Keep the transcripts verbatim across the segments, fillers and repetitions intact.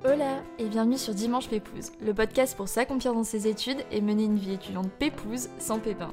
Hola et bienvenue sur Dimanche Pépouze, le podcast pour s'accomplir dans ses études et mener une vie étudiante pépouze sans pépin.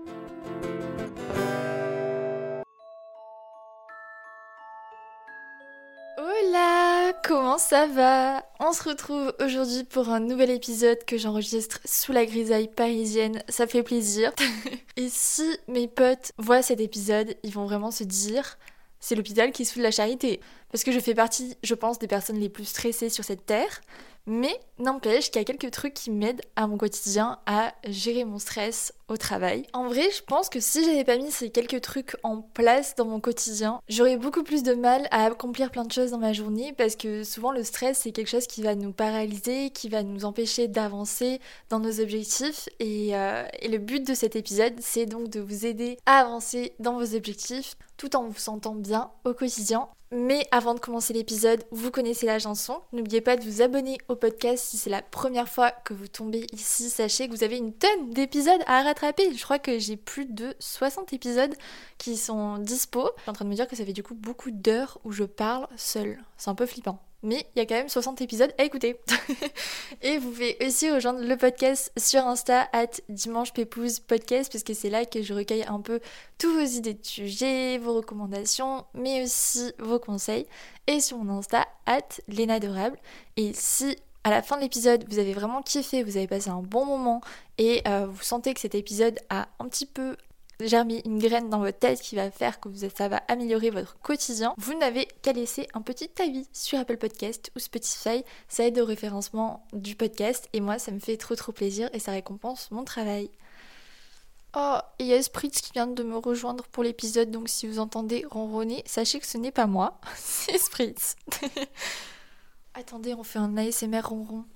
Hola, comment ça va? On se retrouve aujourd'hui pour un nouvel épisode que j'enregistre sous la grisaille parisienne, ça fait plaisir. Et si mes potes voient cet épisode, ils vont vraiment se dire... c'est l'hôpital qui se fout de la charité. Parce que je fais partie, je pense, des personnes les plus stressées sur cette terre. Mais n'empêche qu'il y a quelques trucs qui m'aident à mon quotidien à gérer mon stress au travail. En vrai, je pense que si j'avais pas mis ces quelques trucs en place dans mon quotidien, j'aurais beaucoup plus de mal à accomplir plein de choses dans ma journée parce que souvent le stress, c'est quelque chose qui va nous paralyser, qui va nous empêcher d'avancer dans nos objectifs. Et, euh, et le but de cet épisode, c'est donc de vous aider à avancer dans vos objectifs tout en vous sentant bien au quotidien. Mais avant de commencer l'épisode, vous connaissez la chanson. N'oubliez pas de vous abonner au podcast si c'est la première fois que vous tombez ici. Sachez que vous avez une tonne d'épisodes à rattraper. Je crois que j'ai plus de soixante épisodes qui sont dispo. Je suis en train de me dire que ça fait du coup beaucoup d'heures où je parle seule. C'est un peu flippant. Mais il y a quand même soixante épisodes à écouter. Et vous pouvez aussi rejoindre le podcast sur Insta at Dimanche Pépouze Podcast parce que c'est là que je recueille un peu tous vos idées de sujets, vos recommandations, mais aussi vos conseils. Et sur mon Insta at Lénadorable. Et si à la fin de l'épisode vous avez vraiment kiffé, vous avez passé un bon moment et euh, vous sentez que cet épisode a un petit peu germer une graine dans votre tête qui va faire que vous, ça va améliorer votre quotidien, vous n'avez qu'à laisser un petit avis sur Apple Podcast ou Spotify. Ça aide au référencement du podcast et moi ça me fait trop trop plaisir et ça récompense mon travail. Oh, et il y a Spritz qui vient de me rejoindre pour l'épisode, donc si vous entendez ronronner, sachez que ce n'est pas moi, c'est Spritz. Attendez, on fait un A S M R ronron.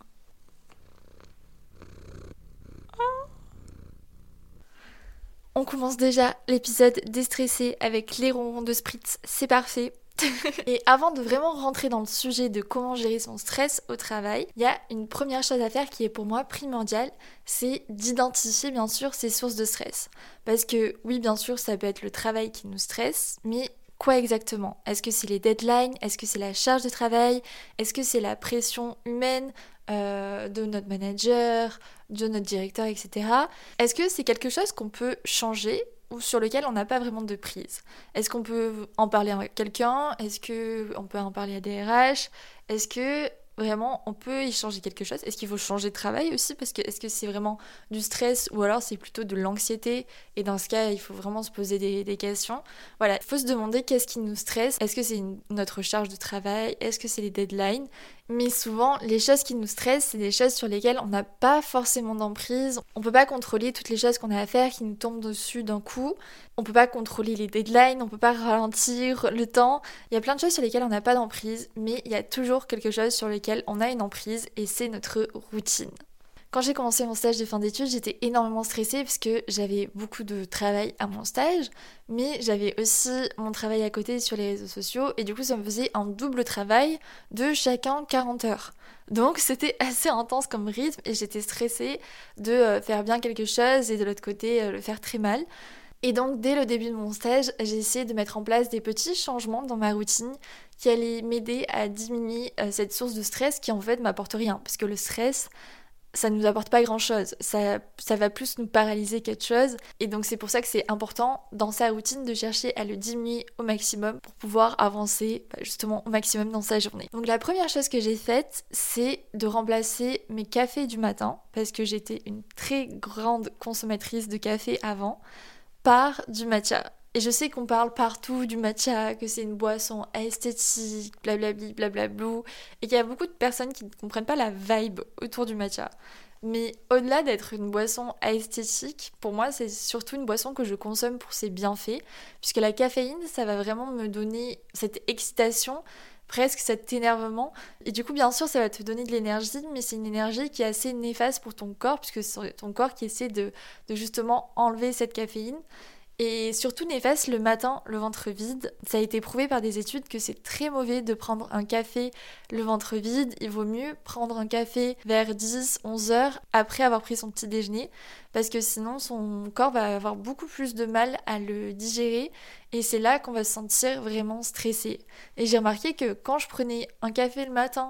On commence déjà l'épisode déstressé avec les ronrons de Spritz, c'est parfait. Et avant de vraiment rentrer dans le sujet de comment gérer son stress au travail, il y a une première chose à faire qui est pour moi primordiale, c'est d'identifier bien sûr ses sources de stress. Parce que oui, bien sûr, ça peut être le travail qui nous stresse, mais quoi exactement? Est-ce que c'est les deadlines? Est-ce que c'est la charge de travail? Est-ce que c'est la pression humaine euh, de notre manager, de notre directeur, et cetera. Est-ce que c'est quelque chose qu'on peut changer ou sur lequel on n'a pas vraiment de prise? Est-ce qu'on peut en parler à quelqu'un? Est-ce qu'on peut en parler à des R H? Est-ce que vraiment on peut y changer quelque chose? Est-ce qu'il faut changer de travail aussi? Parce que est-ce que c'est vraiment du stress ou alors c'est plutôt de l'anxiété? Et dans ce cas, il faut vraiment se poser des, des questions. Voilà, il faut se demander qu'est-ce qui nous stresse. Est-ce que c'est une, notre charge de travail? Est-ce que c'est les deadlines? Mais souvent, les choses qui nous stressent, c'est des choses sur lesquelles on n'a pas forcément d'emprise. On peut pas contrôler toutes les choses qu'on a à faire qui nous tombent dessus d'un coup. On peut pas contrôler les deadlines, on peut pas ralentir le temps. Il y a plein de choses sur lesquelles on n'a pas d'emprise, mais il y a toujours quelque chose sur lequel on a une emprise et c'est notre routine. Quand j'ai commencé mon stage de fin d'études, j'étais énormément stressée parce que j'avais beaucoup de travail à mon stage, mais j'avais aussi mon travail à côté sur les réseaux sociaux et du coup ça me faisait un double travail de chacun quarante heures. Donc c'était assez intense comme rythme et j'étais stressée de faire bien quelque chose et de l'autre côté le faire très mal. Et donc dès le début de mon stage, j'ai essayé de mettre en place des petits changements dans ma routine qui allaient m'aider à diminuer cette source de stress qui en fait m'apporte rien parce que le stress, ça ne nous apporte pas grand chose, ça, ça va plus nous paralyser qu'autre chose et donc c'est pour ça que c'est important dans sa routine de chercher à le diminuer au maximum pour pouvoir avancer bah, justement au maximum dans sa journée. Donc la première chose que j'ai faite, c'est de remplacer mes cafés du matin parce que j'étais une très grande consommatrice de café avant par du matcha. Et je sais qu'on parle partout du matcha, que c'est une boisson esthétique, blablabli, blablablou, et qu'il y a beaucoup de personnes qui ne comprennent pas la vibe autour du matcha. Mais au-delà d'être une boisson esthétique, pour moi, c'est surtout une boisson que je consomme pour ses bienfaits, puisque la caféine, ça va vraiment me donner cette excitation, presque cet énervement. Et du coup, bien sûr, ça va te donner de l'énergie, mais c'est une énergie qui est assez néfaste pour ton corps, puisque c'est ton corps qui essaie de, de justement enlever cette caféine. Et surtout néfaste le matin, le ventre vide. Ça a été prouvé par des études que c'est très mauvais de prendre un café le ventre vide. Il vaut mieux prendre un café vers dix, onze heures après avoir pris son petit déjeuner parce que sinon son corps va avoir beaucoup plus de mal à le digérer et c'est là qu'on va se sentir vraiment stressé. Et j'ai remarqué que quand je prenais un café le matin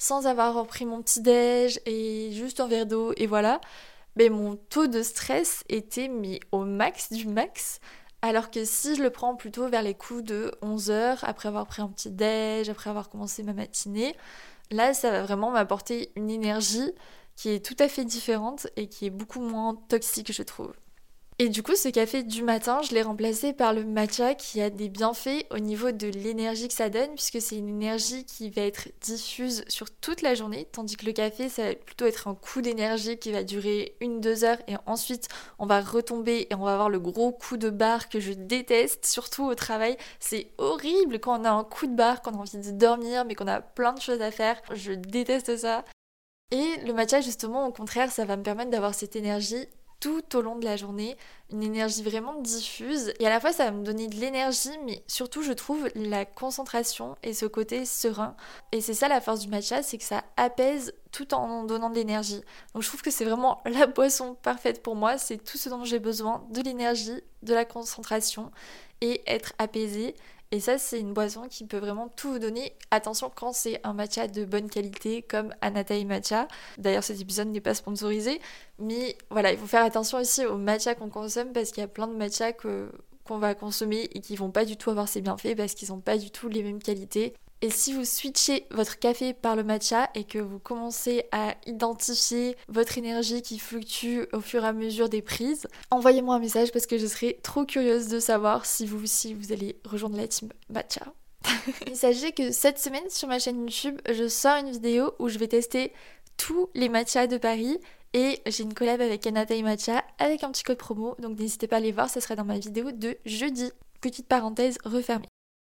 sans avoir pris mon petit déj et juste un verre d'eau et voilà, ben mon taux de stress était mis au max du max. Alors que si je le prends plutôt vers les coups de onze heures, après avoir pris un petit déj, après avoir commencé ma matinée, là ça va vraiment m'apporter une énergie qui est tout à fait différente et qui est beaucoup moins toxique je trouve. Et du coup, ce café du matin, je l'ai remplacé par le matcha qui a des bienfaits au niveau de l'énergie que ça donne, puisque c'est une énergie qui va être diffuse sur toute la journée, tandis que le café, ça va plutôt être un coup d'énergie qui va durer une, deux heures, et ensuite on va retomber et on va avoir le gros coup de barre que je déteste, surtout au travail. C'est horrible quand on a un coup de barre, qu'on a envie de dormir, mais qu'on a plein de choses à faire. Je déteste ça. Et le matcha, justement, au contraire, ça va me permettre d'avoir cette énergie tout au long de la journée, une énergie vraiment diffuse et à la fois ça va me donner de l'énergie mais surtout je trouve la concentration et ce côté serein et c'est ça la force du matcha, c'est que ça apaise tout en donnant de l'énergie. Donc je trouve que c'est vraiment la boisson parfaite pour moi, c'est tout ce dont j'ai besoin, de l'énergie, de la concentration et être apaisée. Et ça, c'est une boisson qui peut vraiment tout vous donner. Attention quand c'est un matcha de bonne qualité comme Anatai Matcha. D'ailleurs, cet épisode n'est pas sponsorisé. Mais voilà, il faut faire attention aussi aux matchas qu'on consomme parce qu'il y a plein de matchas que, qu'on va consommer et qui vont pas du tout avoir ces bienfaits parce qu'ils n'ont pas du tout les mêmes qualités. Et si vous switchez votre café par le matcha et que vous commencez à identifier votre énergie qui fluctue au fur et à mesure des prises, envoyez-moi un message parce que je serais trop curieuse de savoir si vous aussi vous allez rejoindre la team matcha. Il s'agit que cette semaine sur ma chaîne YouTube, je sors une vidéo où je vais tester tous les matchas de Paris et j'ai une collab avec Anatai Matcha avec un petit code promo, donc n'hésitez pas à aller voir, ça sera dans ma vidéo de jeudi. Petite parenthèse refermée.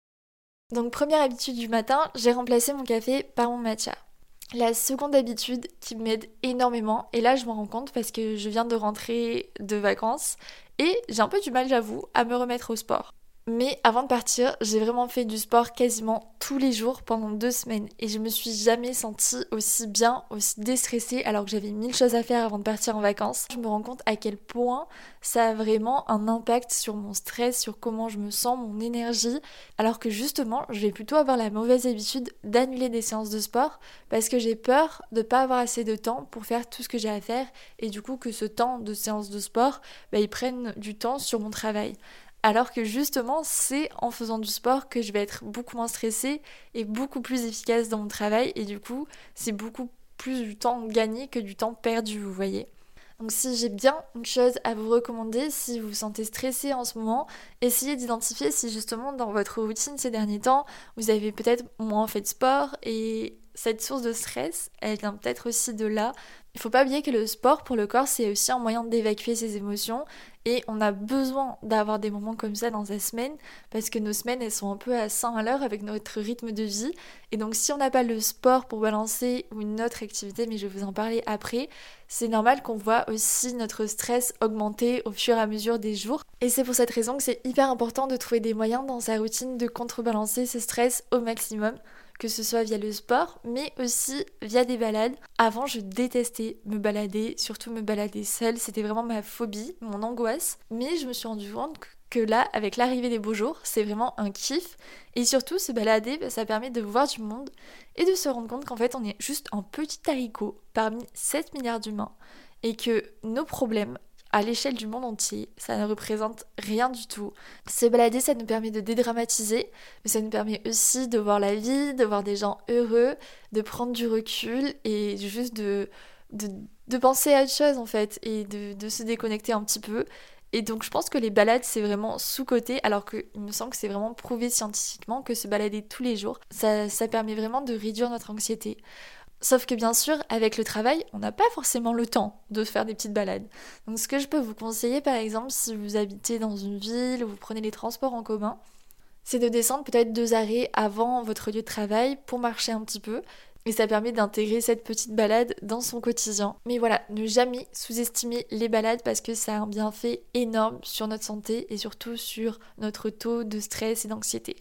Donc première habitude du matin, j'ai remplacé mon café par mon matcha. La seconde habitude qui m'aide énormément, et là je m'en rends compte parce que je viens de rentrer de vacances et j'ai un peu du mal j'avoue à me remettre au sport. Mais avant de partir, j'ai vraiment fait du sport quasiment tous les jours pendant deux semaines et je me suis jamais sentie aussi bien, aussi déstressée alors que j'avais mille choses à faire avant de partir en vacances. Je me rends compte à quel point ça a vraiment un impact sur mon stress, sur comment je me sens, mon énergie, alors que justement, je vais plutôt avoir la mauvaise habitude d'annuler des séances de sport parce que j'ai peur de pas avoir assez de temps pour faire tout ce que j'ai à faire et du coup que ce temps de séance de sport, bah, il prenne du temps sur mon travail. Alors que justement, c'est en faisant du sport que je vais être beaucoup moins stressée et beaucoup plus efficace dans mon travail. Et du coup, c'est beaucoup plus du temps gagné que du temps perdu, vous voyez. Donc si j'ai bien une chose à vous recommander, si vous vous sentez stressé en ce moment, essayez d'identifier si justement dans votre routine ces derniers temps, vous avez peut-être moins fait de sport et cette source de stress, elle vient peut-être aussi de là. Il faut pas oublier que le sport pour le corps, c'est aussi un moyen d'évacuer ses émotions et on a besoin d'avoir des moments comme ça dans sa semaine parce que nos semaines, elles sont un peu à cent à l'heure avec notre rythme de vie. Et donc si on n'a pas le sport pour balancer ou une autre activité, mais je vais vous en parler après, c'est normal qu'on voit aussi notre stress augmenter au fur et à mesure des jours. Et c'est pour cette raison que c'est hyper important de trouver des moyens dans sa routine de contrebalancer ce stress au maximum, que ce soit via le sport, mais aussi via des balades. Avant, je détestais me balader, surtout me balader seule, c'était vraiment ma phobie, mon angoisse. Mais je me suis rendu compte que là, avec l'arrivée des beaux jours, c'est vraiment un kiff. Et surtout, se balader, ça permet de voir du monde et de se rendre compte qu'en fait, on est juste un petit haricot parmi sept milliards d'humains et que nos problèmes, à l'échelle du monde entier, ça ne représente rien du tout. Se balader, ça nous permet de dédramatiser, mais ça nous permet aussi de voir la vie, de voir des gens heureux, de prendre du recul et juste de, de, de penser à autre chose en fait, et de, de se déconnecter un petit peu. Et donc je pense que les balades c'est vraiment sous-coté, alors qu'il me semble que c'est vraiment prouvé scientifiquement que se balader tous les jours, ça, ça permet vraiment de réduire notre anxiété. Sauf que bien sûr, avec le travail, on n'a pas forcément le temps de faire des petites balades. Donc ce que je peux vous conseiller, par exemple, si vous habitez dans une ville ou vous prenez les transports en commun, c'est de descendre peut-être deux arrêts avant votre lieu de travail pour marcher un petit peu. Et ça permet d'intégrer cette petite balade dans son quotidien. Mais voilà, ne jamais sous-estimer les balades parce que ça a un bienfait énorme sur notre santé et surtout sur notre taux de stress et d'anxiété.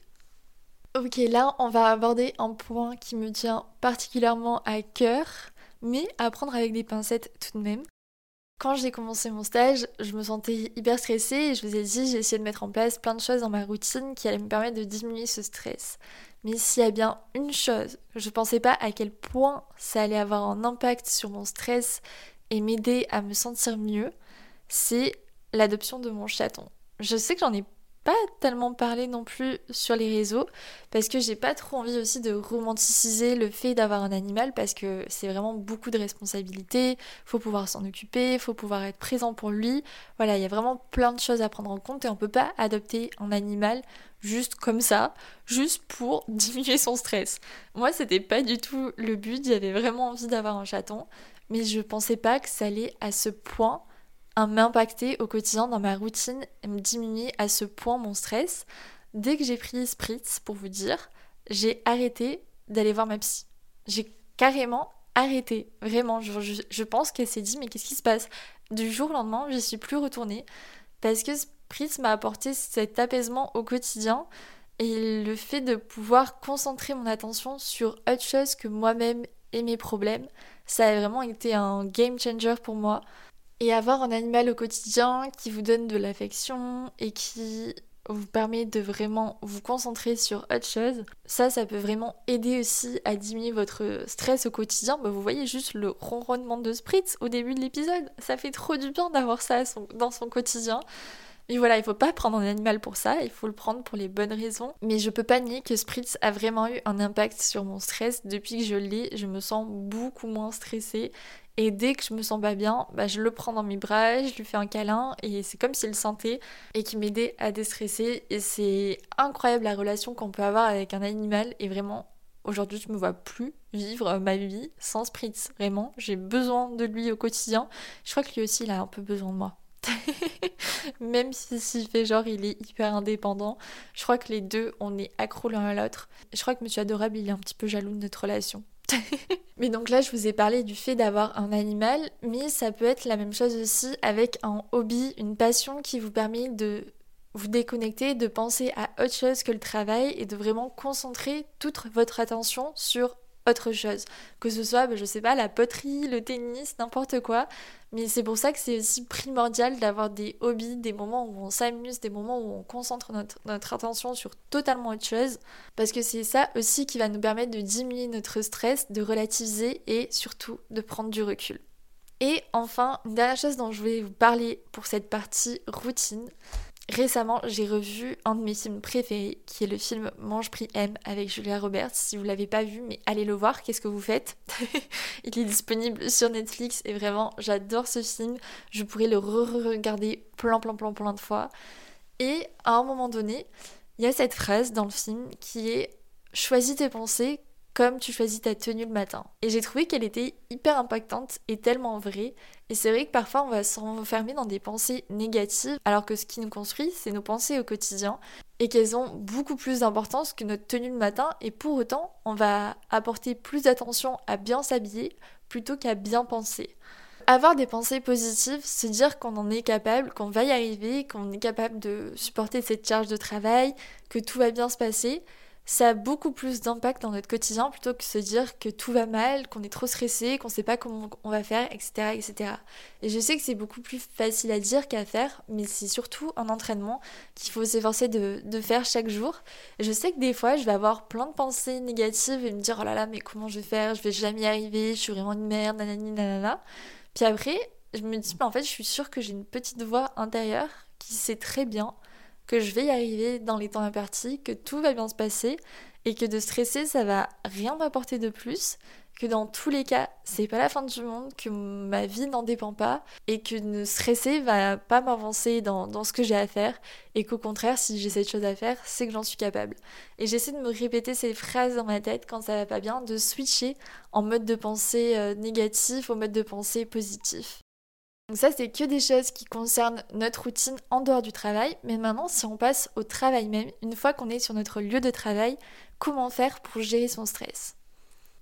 Ok, là on va aborder un point qui me tient particulièrement à cœur, mais à prendre avec des pincettes tout de même. Quand j'ai commencé mon stage, je me sentais hyper stressée et je vous ai dit, j'ai essayé de mettre en place plein de choses dans ma routine qui allaient me permettre de diminuer ce stress. Mais s'il y a bien une chose, je pensais pas à quel point ça allait avoir un impact sur mon stress et m'aider à me sentir mieux, c'est l'adoption de mon chaton. Je sais que j'en ai pas tellement parlé non plus sur les réseaux parce que j'ai pas trop envie aussi de romanticiser le fait d'avoir un animal parce que c'est vraiment beaucoup de responsabilités, faut pouvoir s'en occuper, faut pouvoir être présent pour lui. Voilà, il y a vraiment plein de choses à prendre en compte et on peut pas adopter un animal juste comme ça, juste pour diminuer son stress. Moi, c'était pas du tout le but, j'avais vraiment envie d'avoir un chaton, mais je pensais pas que ça allait à ce point à m'impacter au quotidien dans ma routine et me diminuer à ce point mon stress. Dès que j'ai pris Spritz, pour vous dire, j'ai arrêté d'aller voir ma psy. J'ai carrément arrêté, vraiment. Je, je, je pense qu'elle s'est dit, mais qu'est-ce qui se passe ? Du jour au lendemain, je suis plus retournée parce que Spritz m'a apporté cet apaisement au quotidien et le fait de pouvoir concentrer mon attention sur autre chose que moi-même et mes problèmes, ça a vraiment été un game changer pour moi. Et avoir un animal au quotidien qui vous donne de l'affection et qui vous permet de vraiment vous concentrer sur autre chose, ça, ça peut vraiment aider aussi à diminuer votre stress au quotidien. Bah, vous voyez juste le ronronnement de Spritz au début de l'épisode. Ça fait trop du bien d'avoir ça dans son quotidien. Mais voilà, il faut pas prendre un animal pour ça, il faut le prendre pour les bonnes raisons. Mais je peux pas nier que Spritz a vraiment eu un impact sur mon stress. Depuis que je l'ai, je me sens beaucoup moins stressée. Et dès que je me sens pas bien, bah je le prends dans mes bras, je lui fais un câlin et c'est comme s'il le sentait et qu'il m'aidait à déstresser. Et c'est incroyable la relation qu'on peut avoir avec un animal. Et vraiment, aujourd'hui, je me vois plus vivre ma vie sans Spritz. Vraiment, j'ai besoin de lui au quotidien. Je crois que lui aussi, il a un peu besoin de moi. Même si s'il fait genre il est hyper indépendant, je crois que les deux on est accros l'un à l'autre. Je crois que Monsieur Adorable il est un petit peu jaloux de notre relation. Mais donc là je vous ai parlé du fait d'avoir un animal, mais ça peut être la même chose aussi avec un hobby, une passion qui vous permet de vous déconnecter, de penser à autre chose que le travail et de vraiment concentrer toute votre attention sur autre chose. Que ce soit, je sais pas, la poterie, le tennis, n'importe quoi. Mais c'est pour ça que c'est aussi primordial d'avoir des hobbies, des moments où on s'amuse, des moments où on concentre notre, notre attention sur totalement autre chose. Parce que c'est ça aussi qui va nous permettre de diminuer notre stress, de relativiser et surtout de prendre du recul. Et enfin, une dernière chose dont je voulais vous parler pour cette partie routine. Récemment, j'ai revu un de mes films préférés, qui est le film Mange Prix M avec Julia Roberts. Si vous l'avez pas vu, mais allez le voir, qu'est-ce que vous faites ? Il est disponible sur Netflix et vraiment, j'adore ce film. Je pourrais le re-regarder plein, plein, plein, plein de fois. Et à un moment donné, il y a cette phrase dans le film qui est « Choisis tes pensées comme tu choisis ta tenue le matin ». Et j'ai trouvé qu'elle était hyper impactante et tellement vraie. Et c'est vrai que parfois on va s'enfermer dans des pensées négatives alors que ce qui nous construit c'est nos pensées au quotidien et qu'elles ont beaucoup plus d'importance que notre tenue le matin et pour autant on va apporter plus d'attention à bien s'habiller plutôt qu'à bien penser. Avoir des pensées positives, se dire qu'on en est capable, qu'on va y arriver, qu'on est capable de supporter cette charge de travail, que tout va bien se passer, ça a beaucoup plus d'impact dans notre quotidien plutôt que se dire que tout va mal, qu'on est trop stressé, qu'on sait pas comment on va faire, et cetera, et cetera. Et je sais que c'est beaucoup plus facile à dire qu'à faire, mais c'est surtout un entraînement qu'il faut s'efforcer de, de faire chaque jour. Et je sais que des fois, je vais avoir plein de pensées négatives et me dire « Oh là là, mais comment je vais faire ? Je vais jamais y arriver, je suis vraiment une merde, nanani, nanana. » Puis après, je me dis « Mais en fait, je suis sûre que j'ai une petite voix intérieure qui sait très bien que je vais y arriver dans les temps impartis, que tout va bien se passer et que de stresser, ça va rien m'apporter de plus, que dans tous les cas, c'est pas la fin du monde, que ma vie n'en dépend pas et que ne stresser va pas m'avancer dans, dans ce que j'ai à faire et qu'au contraire, si j'ai cette chose à faire, c'est que j'en suis capable. Et j'essaie de me répéter ces phrases dans ma tête quand ça va pas bien, de switcher en mode de pensée euh, négatif au mode de pensée positif. Donc ça, c'est que des choses qui concernent notre routine en dehors du travail. Mais maintenant, si on passe au travail même, une fois qu'on est sur notre lieu de travail, comment faire pour gérer son stress ?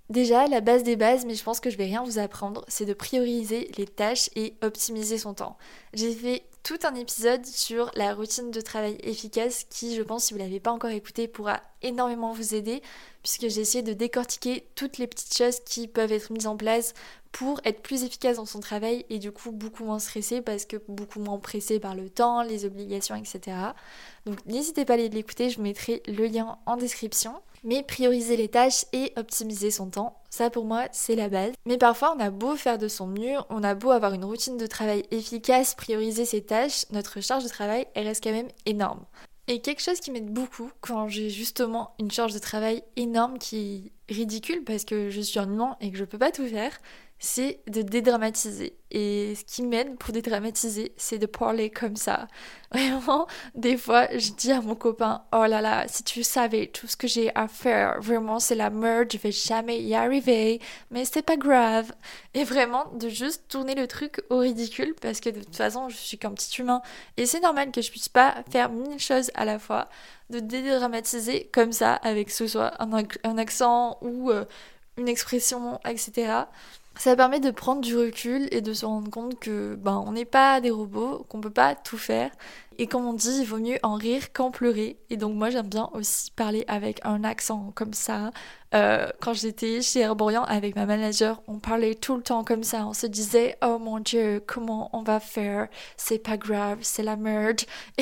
Déjà, la base des bases, mais je pense que je vais rien vous apprendre, c'est de prioriser les tâches et optimiser son temps. J'ai fait tout un épisode sur la routine de travail efficace qui, je pense, si vous ne l'avez pas encore écouté, pourra énormément vous aider puisque j'ai essayé de décortiquer toutes les petites choses qui peuvent être mises en place pour être plus efficace dans son travail et du coup beaucoup moins stressé parce que beaucoup moins pressé par le temps, les obligations, et cetera. Donc n'hésitez pas à aller l'écouter, je vous mettrai le lien en description. Mais prioriser les tâches et optimiser son temps, ça pour moi c'est la base. Mais parfois on a beau faire de son mieux, on a beau avoir une routine de travail efficace, prioriser ses tâches, notre charge de travail elle reste quand même énorme. Et quelque chose qui m'aide beaucoup quand j'ai justement une charge de travail énorme qui est ridicule parce que je suis un humain et que je peux pas tout faire, c'est de dédramatiser. Et ce qui m'aide pour dédramatiser, c'est de parler comme ça. Vraiment, des fois, je dis à mon copain, oh là là, si tu savais tout ce que j'ai à faire, vraiment, c'est la merde, je vais jamais y arriver, mais c'est pas grave. Et vraiment, de juste tourner le truc au ridicule, parce que de toute façon, je suis qu'un petit humain, et c'est normal que je puisse pas faire mille choses à la fois, de dédramatiser comme ça, avec ce soit un, un accent ou euh, une expression, et cetera. Ça permet de prendre du recul et de se rendre compte que ben on n'est pas des robots, qu'on peut pas tout faire. Et comme on dit, il vaut mieux en rire qu'en pleurer. Et donc moi j'aime bien aussi parler avec un accent comme ça. Euh, quand j'étais chez Herborian avec ma manager, on parlait tout le temps comme ça. On se disait oh mon Dieu, comment on va faire? C'est pas grave, c'est la merde.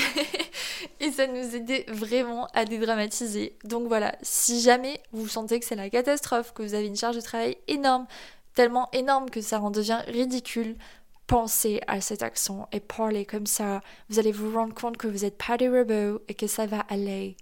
Et ça nous aidait vraiment à dédramatiser. Donc voilà, si jamais vous sentez que c'est la catastrophe, que vous avez une charge de travail énorme, tellement énorme que ça en devient ridicule, pensez à cet accent et parlez comme ça. Vous allez vous rendre compte que vous n'êtes pas des robots et que ça va aller.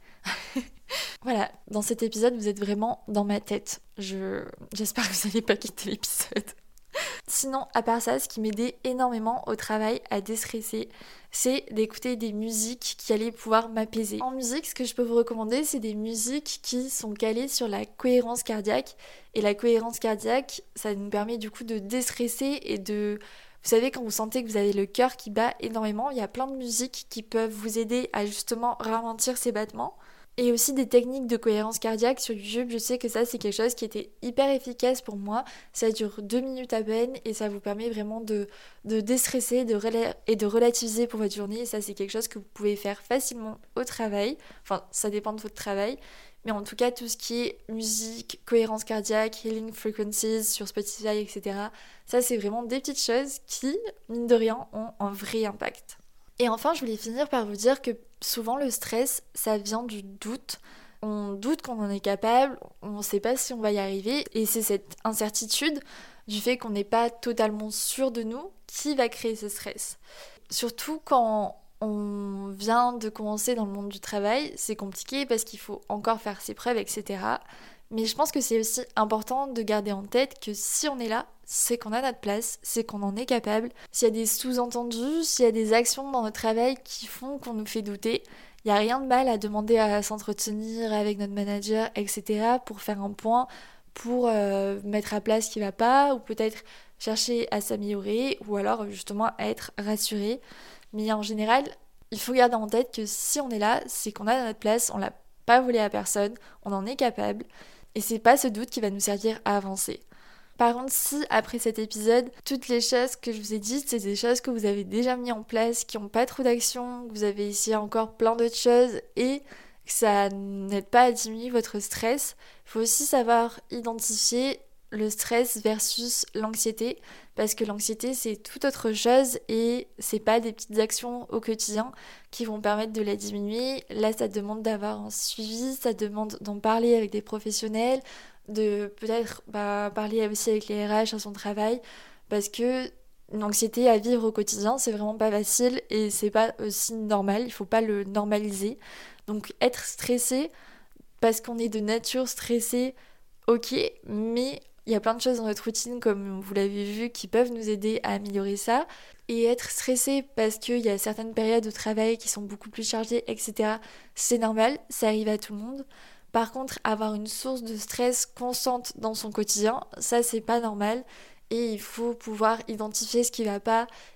Voilà, dans cet épisode, vous êtes vraiment dans ma tête. Je... J'espère que vous n'allez pas quitter l'épisode. Sinon, à part ça, ce qui m'aidait énormément au travail à déstresser, c'est d'écouter des musiques qui allaient pouvoir m'apaiser. En musique, ce que je peux vous recommander, c'est des musiques qui sont calées sur la cohérence cardiaque. Et la cohérence cardiaque, ça nous permet du coup de déstresser et de... Vous savez, quand vous sentez que vous avez le cœur qui bat énormément, il y a plein de musiques qui peuvent vous aider à justement ralentir ces battements. Et aussi des techniques de cohérence cardiaque sur YouTube, je sais que ça c'est quelque chose qui était hyper efficace pour moi. Ça dure deux minutes à peine et ça vous permet vraiment de, de déstresser de rela- et de relativiser pour votre journée. Et ça c'est quelque chose que vous pouvez faire facilement au travail. Enfin, ça dépend de votre travail. Mais en tout cas, tout ce qui est musique, cohérence cardiaque, healing frequencies sur Spotify, et cetera. Ça c'est vraiment des petites choses qui, mine de rien, ont un vrai impact. Et enfin, je voulais finir par vous dire que souvent le stress, ça vient du doute. On doute qu'on en est capable, on ne sait pas si on va y arriver, et c'est cette incertitude du fait qu'on n'est pas totalement sûr de nous qui va créer ce stress. Surtout quand on vient de commencer dans le monde du travail, c'est compliqué parce qu'il faut encore faire ses preuves, et cetera. Mais je pense que c'est aussi important de garder en tête que si on est là, c'est qu'on a notre place, c'est qu'on en est capable. S'il y a des sous-entendus, s'il y a des actions dans notre travail qui font qu'on nous fait douter, il n'y a rien de mal à demander à s'entretenir avec notre manager, et cetera pour faire un point, pour euh, mettre à plat ce qui ne va pas, ou peut-être chercher à s'améliorer, ou alors justement à être rassuré. Mais en général, il faut garder en tête que si on est là, c'est qu'on a notre place, on l'a pas volé à personne, on en est capable, et c'est pas ce doute qui va nous servir à avancer. Par contre, si après cet épisode, toutes les choses que je vous ai dites, c'est des choses que vous avez déjà mis en place, qui n'ont pas trop d'action, que vous avez essayé encore plein d'autres choses et que ça n'aide pas à diminuer votre stress, il faut aussi savoir identifier le stress versus l'anxiété, parce que l'anxiété c'est tout autre chose et c'est pas des petites actions au quotidien qui vont permettre de la diminuer. Là ça demande d'avoir un suivi, ça demande d'en parler avec des professionnels, de peut-être bah, parler aussi avec les R H à son travail, parce que l'anxiété à vivre au quotidien c'est vraiment pas facile et c'est pas aussi normal, il faut pas le normaliser. Donc être stressé parce qu'on est de nature stressé, ok, mais il y a plein de choses dans notre routine, comme vous l'avez vu, qui peuvent nous aider à améliorer ça. Et être stressé parce qu'il y a certaines périodes de travail qui sont beaucoup plus chargées, et cetera, c'est normal, ça arrive à tout le monde. Par contre, avoir une source de stress constante dans son quotidien, ça c'est pas normal. Et il faut pouvoir identifier ce qui va pas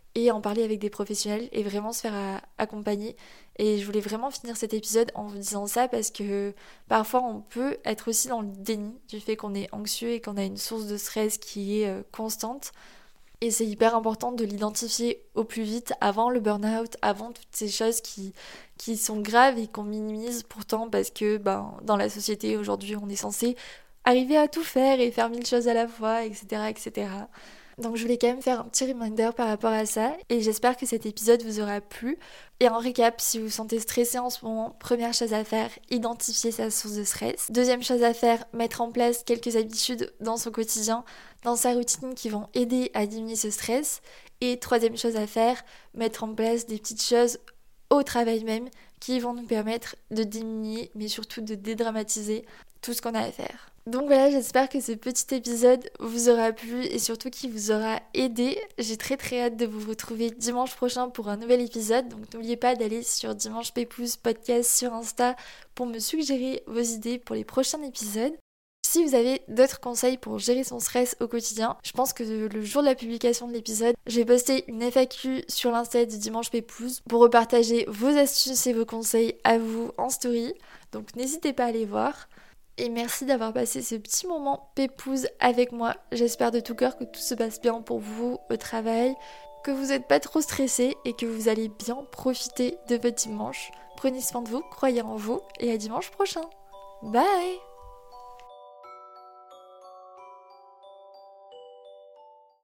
et en parler avec des professionnels et vraiment se faire a- accompagner. Et je voulais vraiment finir cet épisode en vous disant ça parce que parfois on peut être aussi dans le déni du fait qu'on est anxieux et qu'on a une source de stress qui est euh, constante. Et c'est hyper important de l'identifier au plus vite avant le burn-out, avant toutes ces choses qui, qui sont graves et qu'on minimise pourtant parce que ben, dans la société aujourd'hui on est censé arriver à tout faire et faire mille choses à la fois, et cetera, et cetera. Donc je voulais quand même faire un petit reminder par rapport à ça et j'espère que cet épisode vous aura plu. Et en récap, si vous vous sentez stressé en ce moment, première chose à faire, identifier sa source de stress. Deuxième chose à faire, mettre en place quelques habitudes dans son quotidien, dans sa routine qui vont aider à diminuer ce stress. Et troisième chose à faire, mettre en place des petites choses au travail même qui vont nous permettre de diminuer mais surtout de dédramatiser tout ce qu'on a à faire. Donc voilà, j'espère que ce petit épisode vous aura plu et surtout qu'il vous aura aidé. J'ai très très hâte de vous retrouver dimanche prochain pour un nouvel épisode. Donc n'oubliez pas d'aller sur Dimanche Pépouze podcast sur Insta pour me suggérer vos idées pour les prochains épisodes. Si vous avez d'autres conseils pour gérer son stress au quotidien, je pense que le jour de la publication de l'épisode, je vais poster une F A Q sur l'Insta du Dimanche Pépouze pour repartager vos astuces et vos conseils à vous en story. Donc n'hésitez pas à aller voir. Et merci d'avoir passé ce petit moment pépouze avec moi. J'espère de tout cœur que tout se passe bien pour vous au travail, que vous n'êtes pas trop stressé et que vous allez bien profiter de votre dimanche. Prenez soin de vous, croyez en vous et à dimanche prochain. Bye!